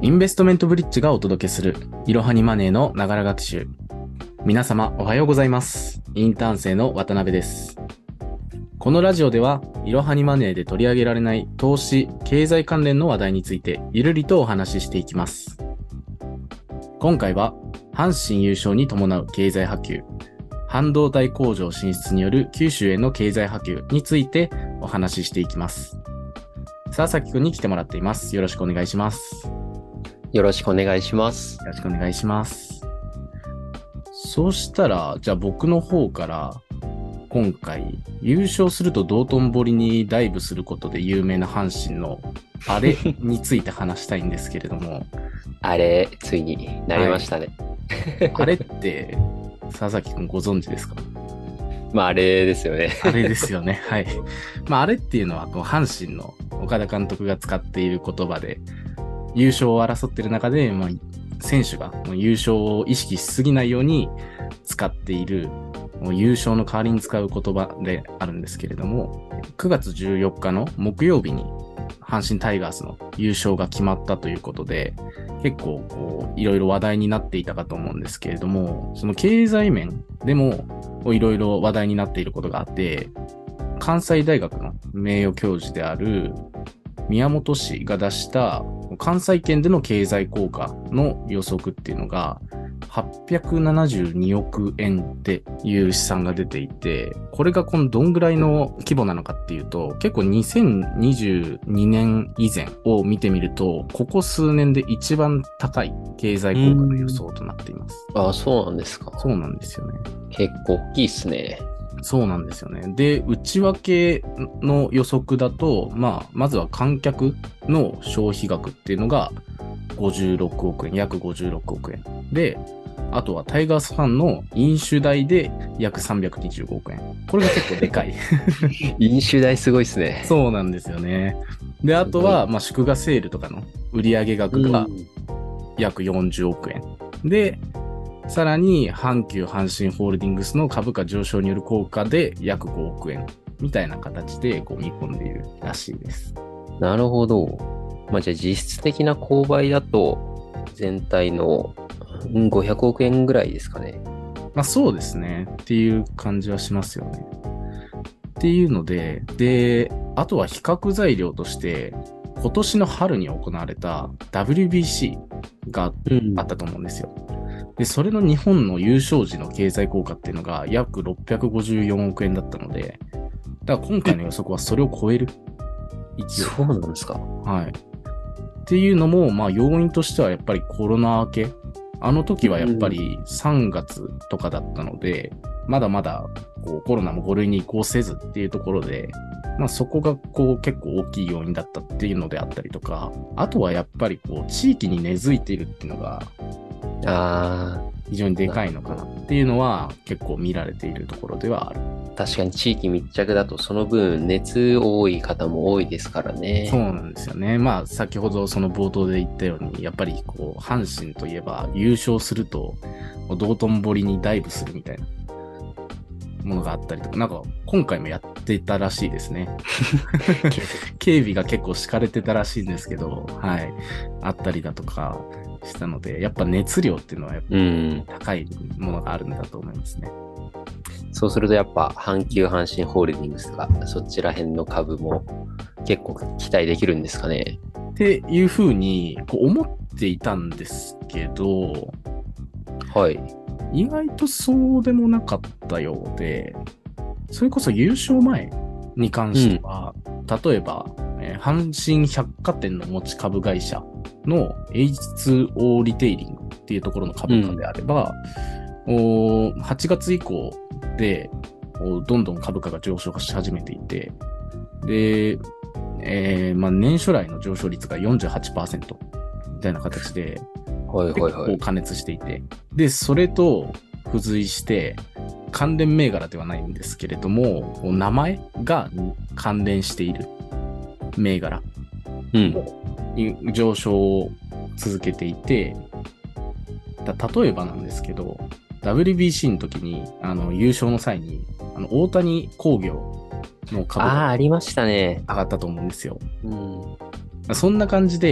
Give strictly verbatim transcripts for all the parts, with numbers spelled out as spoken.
インベストメントブリッジがお届けするいろはにマネーのながら学習。皆様おはようございます。インターン生の渡辺です。このラジオではいろはにマネーで取り上げられない投資、経済関連の話題についてゆるりとお話ししていきます。今回は阪神優勝に伴う経済波及、半導体工場進出による九州への経済波及についてお話ししていきます。さあ、さきくんに来てもらっています。よろしくお願いします。 よろしくお願いします。 よろしくお願いします。そうしたら、じゃあ僕の方から今回優勝すると道頓堀にダイブすることで有名な阪神のあれについて話したいんですけれどもあれ、ついになりましたね。 はい、あれって佐々木くんご存知ですか？ まああれですよね。 あれですよね。はい。まああれっていうのはこう阪神の岡田監督が使っている言葉で、優勝を争っている中で、まあ、選手が優勝を意識しすぎないように使っている優勝の代わりに使う言葉であるんですけれども、くがつじゅうよっかの木曜日に阪神タイガースの優勝が決まったということで、結構こういろいろ話題になっていたかと思うんですけれども、その経済面でもいろいろ話題になっていることがあって、関西大学の名誉教授である宮本氏が出した関西圏での経済効果の予測っていうのがはっぴゃくななじゅうにおくえんっていう試算が出ていて、これがこのどんぐらいの規模なのかっていうと、結構にせんにじゅうにねん以前を見てみると、ここ数年で一番高い経済効果の予想となっています。 ああ、そうなんですか。 そうなんですよね。 結構大きいっすね。 そうなんですよね。で、内訳の予測だと、まあ、まずは観客の消費額っていうのがごじゅうろくおくえん、約ごじゅうろくおくえん。で、あとはタイガースファンの飲酒代で約さんびゃくにじゅうごおくえん。これが結構でかい。 飲酒代すごいっすね。 そうなんですよね。で、あとは、まあ、祝賀セールとかの売上額が約よんじゅうおくえん。で、さらに阪急阪神ホールディングスの株価上昇による効果で約ごおくえんみたいな形でこう見込んでいるらしいです。 なるほど。まあじゃあ実質的な購買だと全体のごひゃくおくえんぐらいですかね。 まあそうですねっていう感じはしますよね。っていうので、で、あとは比較材料として今年の春に行われた ダブリュービーシー があったと思うんですよ。うんで、それの日本の優勝時の経済効果っていうのが約ろっぴゃくごじゅうよんおくえんだったので、だから今回の予測はそれを超える勢い。 そうなんですか。 はい。っていうのも、まあ要因としてはやっぱりコロナ明け。あの時はやっぱりさんがつとかだったので、まだまだこうコロナもご類に移行せずっていうところで、まあそこがこう結構大きい要因だったっていうのであったりとか、あとはやっぱりこう地域に根付いているっていうのが、 あ非常にでかいのかなっていうのは結構見られているところではある。 確かに地域密着だとその分熱多い方も多いですからね。 そうなんですよね。まあ先ほどその冒頭で言ったように、やっぱりこう阪神といえば優勝すると道頓堀にダイブするみたいなものがあったりとか、なんか今回もやってたらしいですね。警備が結構敷かれてたらしいんですけど、はい、あったりだとかしたので、やっぱ熱量っていうのはやっぱ高いものがあるんだと思いますね。 うん、そうするとやっぱ阪急阪神ホールディングスとかそちら辺の株も結構期待できるんですかね。 っていうふうにこう思っていたんですけど、 はい。 意外とそうでもなかったようで、それこそ優勝前に関しては、うん、例えば、えー、阪神百貨店の持ち株会社の エイチツーオー リテイリングっていうところの株価であれば、うん、おはちがつ以降でどんどん株価が上昇し始めていて、で、えーまあ、年初来の上昇率が よんじゅうはちパーセント みたいな形で、 はいはいはい、 結構加熱していて、で、それと付随して関連銘柄ではないんですけれども、名前が関連している銘柄も上昇を続けていて、だ例えばなんですけど、ダブリュービーシー の時にあの優勝の際にあの大谷工業の株がああ、ありましたね。 上がったと思うんですよ。 うん、 そんな感じで、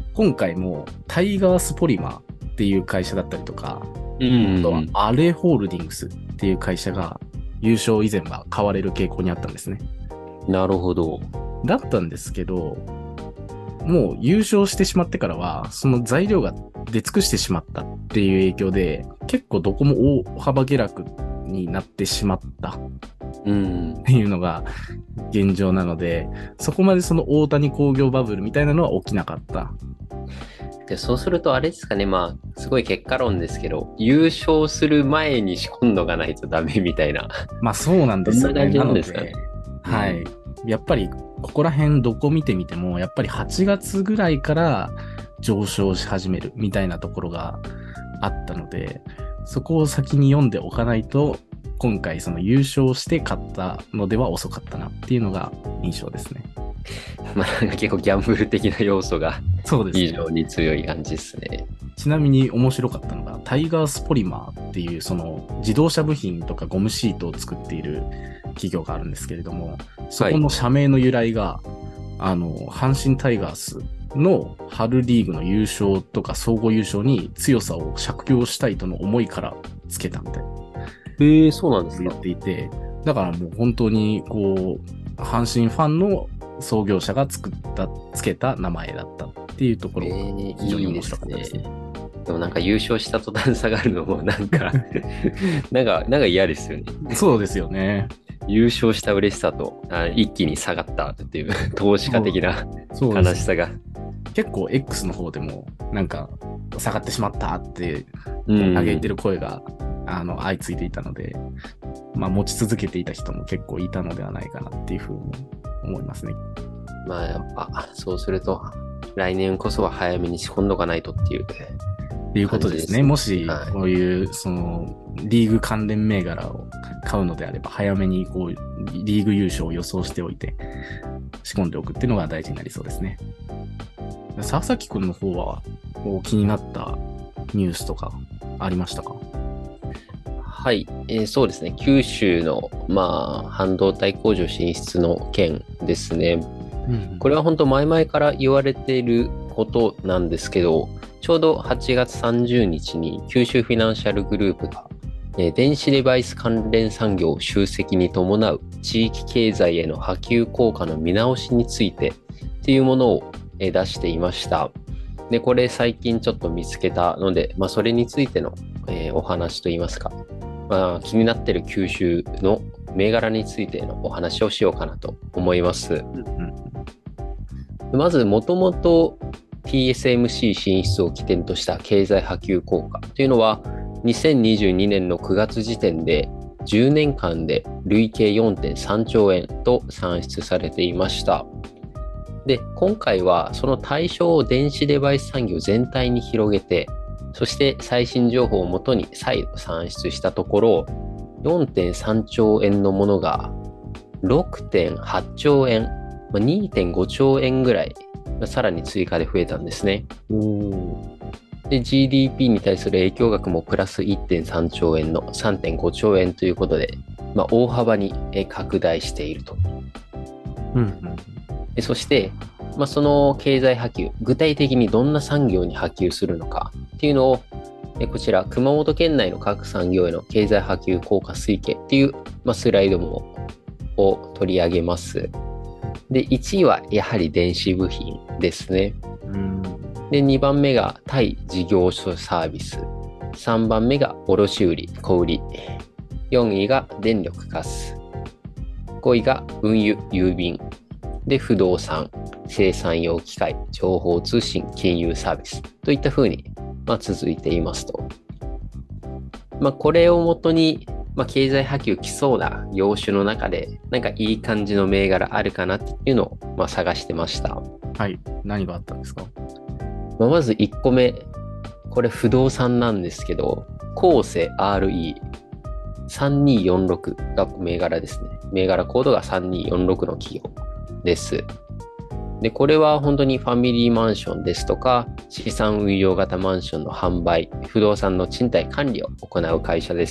今回もタイガースポリマーっていう会社だったりとか、 うんあとはアレホールディングスっていう会社が優勝以前は買われる傾向にあったんですね。 なるほど。 だったんですけど、もう優勝してしまってからは、その材料が出尽くしてしまったっていう影響で、結構どこも大幅下落になってしまったっうん。 ていうのが現状なので、そこまでその大谷工業バブルみたいなのは起きなかった。 で、そうするとあれですかね、まあ、すごい結果論ですけど、優勝する前に仕込んどかないとダメみたいな。 まあそうなんですよね。 そんな感じなのなんですかね。 で、はい。やっぱり、ここら辺どこ見てみても、やっぱりはちがつぐらいから上昇し始めるみたいなところがあったので、そこを先に読んでおかないと、今回その優勝して勝ったのでは遅かったなっていうのが印象ですね。 まあ、なんか結構ギャンブル的な要素がそうですね。 非常に強い感じですね。 ちなみに面白かったのが、タイガースポリマーっていうその自動車部品とかゴムシートを作っている企業があるんですけれども、そこの社名の由来が、あの、阪神タイガースの春リーグの優勝とか総合優勝に強さを借用したいとの思いからつけたみたいな。 へえ、そうなんですか。 言っていて、だからもう本当にこう、阪神ファンの創業者が作った、つけた名前だったっていうところが非常に面白かったですね。 えーいいですね。でもなんか優勝した途端下がるのもなんかなんか、なんか嫌ですよね。 そうですよね。 優勝した嬉しさとあ一気に下がったっていう投資家的なそう悲しさが。 結構 X の方でもなんか下がってしまったってうん嘆いてる声が、あの相次いでいたので、まあ持ち続けていた人も結構いたのではないかなっていうふうに思いますね。 まあやっぱそうすると来年こそは早めに仕込んどかないとっていう。 っていうことですね。 感じですねもしはい、 こういう、その、リーグ関連銘柄を買うのであれば、早めにこう、リーグ優勝を予想しておいて、仕込んでおくっていうのが大事になりそうですね。佐々木くんの方は、こう気になったニュースとかありましたか？ はい、えーそうですね。九州の、まあ、半導体工場進出の件ですね。 うんこれは本当前々から言われていることなんですけど、ちょうどはちがつさんじゅうにちに九州フィナンシャルグループが、えー電子デバイス関連産業集積に伴う地域経済への波及効果の見直しについてっていうものを、えー出していました。で、これ最近ちょっと見つけたので、まあ、それについての、えーお話といいますか、まあ、気になっている九州の銘柄についてのお話をしようかなと思います。 うんまず、もともと ティーエスエムシー 進出を起点とした経済波及効果というのは、にせんにじゅうにねんのくがつ時点でじゅうねんかんで累計 よんてんさんちょうえんと算出されていました。で、今回はその対象を電子デバイス産業全体に広げて、そして最新情報をもとに再度算出したところ、よんてんさんちょうえんのものが ろくてんはちちょうえん、にてんごちょうえんぐらい、さらに追加で増えたんですね。で、ジーディーピー に対する影響額もプラス いってんさんちょうえんの さんてんごちょうえんということで、まあ、大幅に拡大していると。 うんうんでそして、まあ、その経済波及、具体的にどんな産業に波及するのかっていうのを、こちら、熊本県内の各産業への経済波及効果推計っていう、まあ、スライドもを取り上げます。で、いちいはやはり電子部品ですね。 うんで、にばんめが対事業所サービス。さんばんめが卸売、小売。よんいが電力ガス。ごいが運輸、郵便。で、不動産、生産用機械、情報通信、金融サービスといったふうに、まあ、続いていますと。まあ、これをもとに、まあ、経済波及きそうな業種の中で、なんかいい感じの銘柄あるかなっていうのを、まあ、探してました。 はい。何があったんですか？ まあ、まずいっこめ、これ不動産なんですけど、コーセ アールイーさんにーよんろく が銘柄ですね。銘柄コードがさんにーよんろくの企業です。で、これは本当にファミリーマンションですとか、資産運用型マンションの販売、不動産の賃貸管理を行う会社です。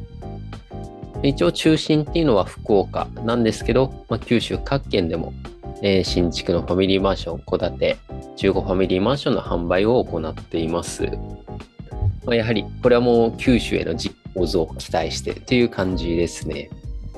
一応中心っていうのは福岡なんですけど、まあ、九州各県でもえー新築のファミリーマンション、戸建て、中古ファミリーマンションの販売を行っています。まあ、やはりこれはもう九州への実行増を期待してという感じですね。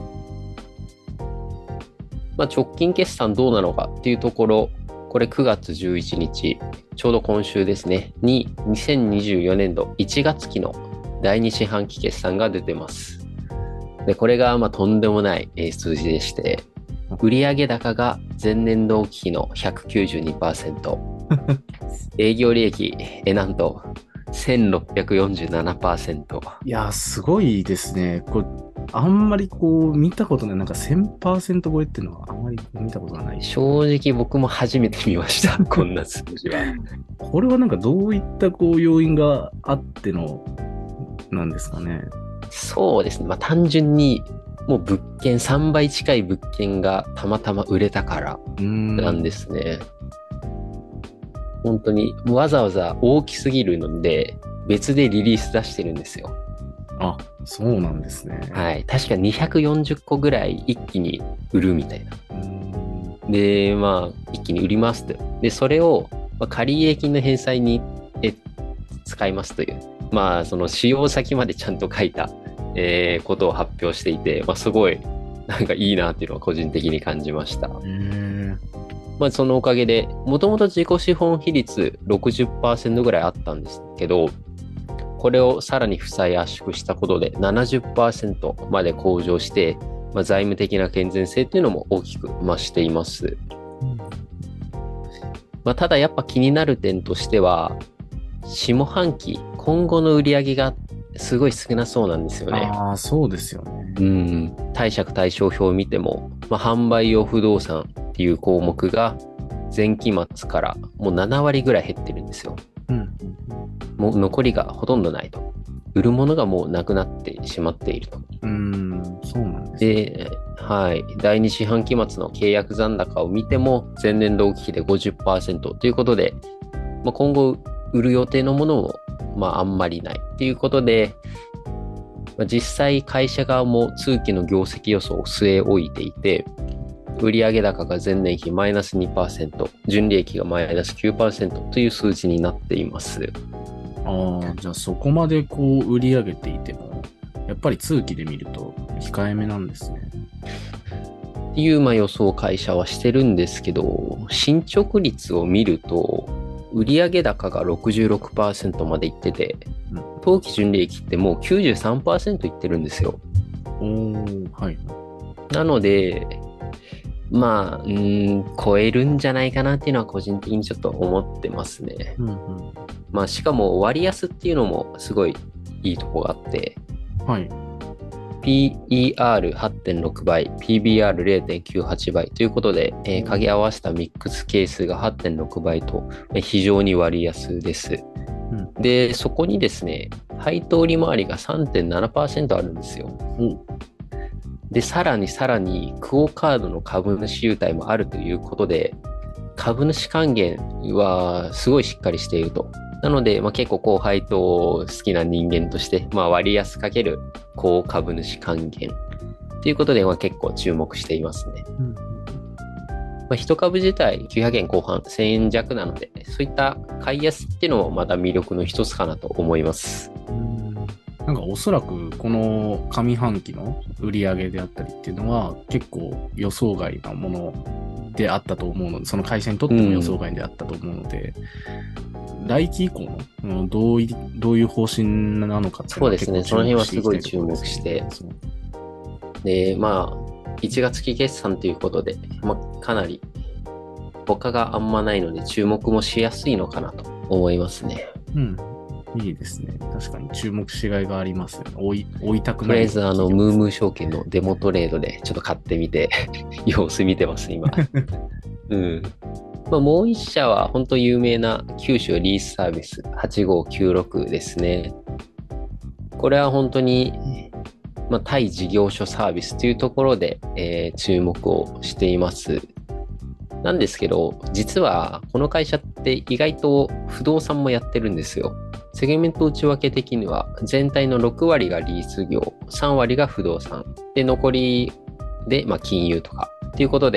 まあ、直近決算どうなのかっていうところ、これくがつじゅういちにち、ちょうど今週ですね、ににせんにじゅうよねんどいちがつきのだいに四半期決算が出てます。で、これがまあとんでもないえー数字でして、売上高が前年同期比の ひゃくきゅうじゅうにパーセント、営業利益、えなんとせんろっぴゃくよんじゅうななパーセント。 いやー、すごいですね。これ、あんまりこう、見たことない。なんかせんパーセント超えっていうのはあんまり見たことがない。 正直僕も初めて見ました、こんな数字は。 これはなんかどういったこう、要因があっての、なんですかね。 そうですね。まあ単純にもう物件さんばい近い物件がたまたま売れたからうーん。 なんですね。本当にわざわざ大きすぎるので別でリリース出してるんですよ。 あ、そうなんですね。 はい。確かにひゃくよんじゅっこぐらい一気に売るみたいな。 うーん。 で、まあ一気に売りますと。で、それをまあ借入金の返済にえ使いますという。まあその使用先までちゃんと書いた、えーことを発表していて、まあすごいなんかいいなっていうのは個人的に感じました。 へー。 まあそのおかげで、もともと自己資本比率 ろくじゅっパーセント ぐらいあったんですけど、これをさらに負債圧縮したことで ななじゅっパーセント まで向上して、まあ、財務的な健全性っていうのも大きく増しています。まあ、ただやっぱ気になる点としては、下半期、今後の売り上げがすごい少なそうなんですよね。 ああ、そうですよね。 うん、貸借対照表を見ても、まあ、販売用不動産っていう項目が前期末からもうななわりぐらい減ってるんですよ。 うん。 もう残りがほとんどないと。売るものがもうなくなってしまっていると。 うーん、そうなんですね。 で、はい。だいに四半期末の契約残高を見ても、前年同期比で ごじゅっパーセント ということで、まあ、今後売る予定のものも、まあ、あんまりないということで、まあ、実際会社側も通期の業績予想を据え置いていて、売上高が前年比マイナス にパーセント、純利益がマイナス きゅうパーセント という数字になっています。 ああ、じゃあそこまでこう売り上げていても、やっぱり通期で見ると控えめなんですね。 っていうまあ予想を会社はしてるんですけど、進捗率を見ると、売上高が ろくじゅうろくパーセント までいってて、 うん、 当期純利益ってもう きゅうじゅうさんパーセント いってるんですよ。 おー、はい。 なので、まあ、うーん、超えるんじゃないかなっていうのは個人的にちょっと思ってますね。 うんうん、 まあ、しかも割安っていうのもすごいいいとこがあって、 はい。 ピーイーアールはちてんろく 倍、ピービーアールれいてんきゅうはち 倍ということで、えー、掛け合わせたミックス係数が はちてんろく 倍と、えー非常に割安です。 うん、 で、そこにですね、配当利回りが さんてんななパーセント あるんですよ。で、さらにさらに、クオカードの株主優待もあるということで、株主還元はすごいしっかりしていると。なので、まあ、結構高配当好きな人間として、まあ、割安かける高株主還元ということで、まあ、結構注目していますね。 うんまあ、一株自体きゅうひゃくえんこう半、せんえん弱なので、そういった買い安っていうのもまた魅力の一つかなと思います。 うん、なんかおそらくこの上半期の売り上げであったりっていうのは結構予想外なものであったと思うので、その会社にとっても予想外であったと思うので、うん、来期以降のどういどういう方針なのかっていうのは結構注目していきたいところですね。 そうですね、その辺はすごい注目して、で、まあ、いちがつ期決算ということで、まあ、かなり他があんまないので注目もしやすいのかなと思いますね。 うん。いいですね。確かに注目しがいがありますよね。追い、追いたくない。 とりあえず、あの、ムームー証券のデモトレードでちょっと買ってみて、様子見てます、今。うん。まあ、もう一社は本当有名な九州リースサービスはちごうきゅうろくですね。これは本当に、まあ、対事業所サービスというところで、えー注目をしています。なんですけど、実はこの会社って意外と不動産もやってるんですよ。セグメント内訳的には全体のろくわりがリース業、さんわりが不動産、で残りでまあ金融とかっていうことで、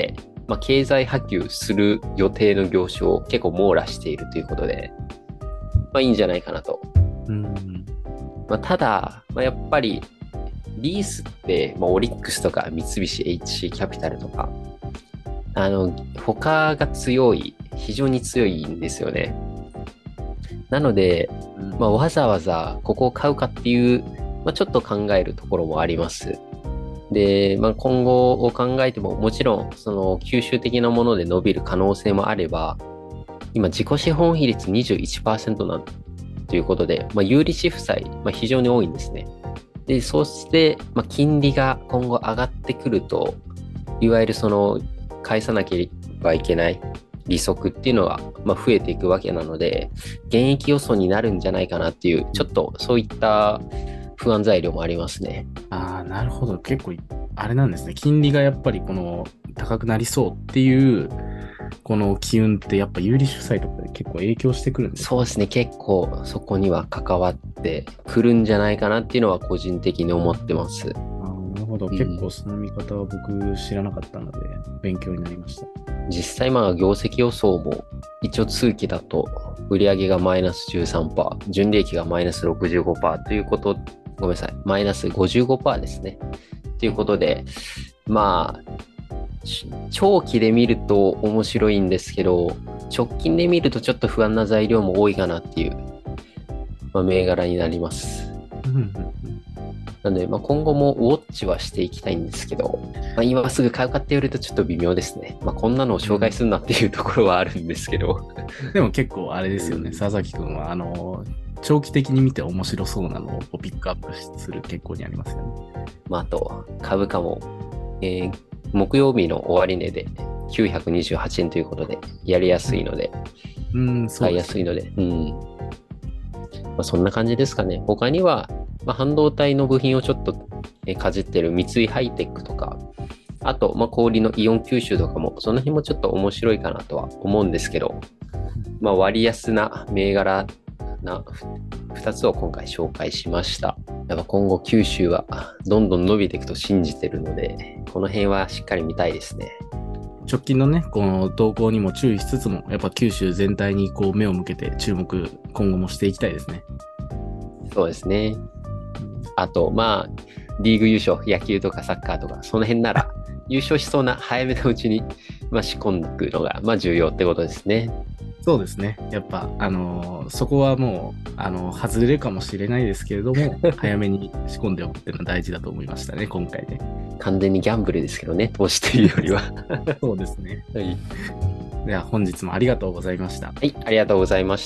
まあ、経済波及する予定の業種を結構網羅しているということで、まあ、いいんじゃないかなと。 うん。 まあ、ただ、まあ、やっぱりリースって、まあ、オリックスとか三菱 エイチシー キャピタルとか、あの、他が強い、非常に強いんですよね。なので、まあ、わざわざここを買うかっていう、まあ、ちょっと考えるところもあります。で、まあ、今後を考えても、もちろん、その吸収的なもので伸びる可能性もあれば、今、自己資本比率にじゅういちパーセントなんということで、まあ、有利子負債、まあ、非常に多いんですね。で、そして、まあ、金利が今後上がってくると、いわゆるその返さなければいけない利息っていうのは、まあ、増えていくわけなので、減益予想になるんじゃないかなっていう、ちょっとそういった不安材料もありますね。 ああ、なるほど。結構、あれなんですね。金利がやっぱりこの高くなりそうっていう、この機運ってやっぱ有利子負債とかで結構影響してくるんですか？ そうですね。結構そこには関わってくるんじゃないかなっていうのは個人的に思ってます。 あーなるほど。 うん結構その見方は僕知らなかったので勉強になりました。 実際まあ業績予想も一応通期だと売上がマイナス じゅうさんパーセント、純利益がマイナス ろくじゅうごパーセント ということ、ごめんなさい、マイナス ごじゅうごパーセント ですね。ということで、まあ、長期で見ると面白いんですけど、直近で見るとちょっと不安な材料も多いかなっていう、まあ、銘柄になります。 うんうんうんなので、まあ、今後もウォッチはしていきたいんですけど、まあ、今すぐ買うかって言われるとちょっと微妙ですね。まあ、こんなのを紹介するなっていうところはあるんですけど。 でも結構あれですよね。 うん佐々木くんは、あの、長期的に見て面白そうなのをピックアップする傾向にありますよね。 まあ、あと、株価も、えー木曜日の終値できゅうひゃくにじゅうはちえんということで、やりやすいので、 うん、そう買いですね。 やすいので、うん。まあ、そんな感じですかね。他には、まあ、半導体の部品をちょっとえーかじってる三井ハイテクとか、あと、まあ、小売りのイオン吸収とかも、その辺もちょっと面白いかなとは思うんですけど、まあ、割安な銘柄なふたつを今回紹介しました。やっぱ今後九州はどんどん伸びていくと信じてるので、この辺はしっかり見たいですね。 直近のね、この動向にも注意しつつも、やっぱ九州全体にこう目を向けて注目、今後もしていきたいですね。 そうですね。あと、まあ、リーグ優勝、野球とかサッカーとか、その辺なら、優勝しそうな早めのうちに、まあ、仕込んでいくのが、まあ、重要ってことですね。 そうですね。やっぱ、あのーそこはもう、あのー外れるかもしれないですけれども、早めに仕込んでおくっていうのは大事だと思いましたね、今回で。 完全にギャンブルですけどね、投資というよりは。 そうですね。 はい、 では、本日もありがとうございました。 はい、ありがとうございました。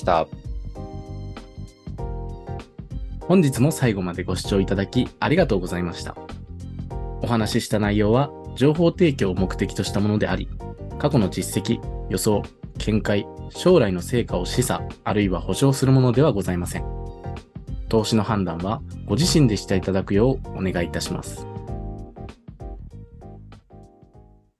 本日も最後までご視聴いただきありがとうございました。お話しした内容は情報提供を目的としたものであり、過去の実績、予想、見解、将来の成果を示唆、あるいは保証するものではございません。投資の判断はご自身でしていただくようお願いいたします。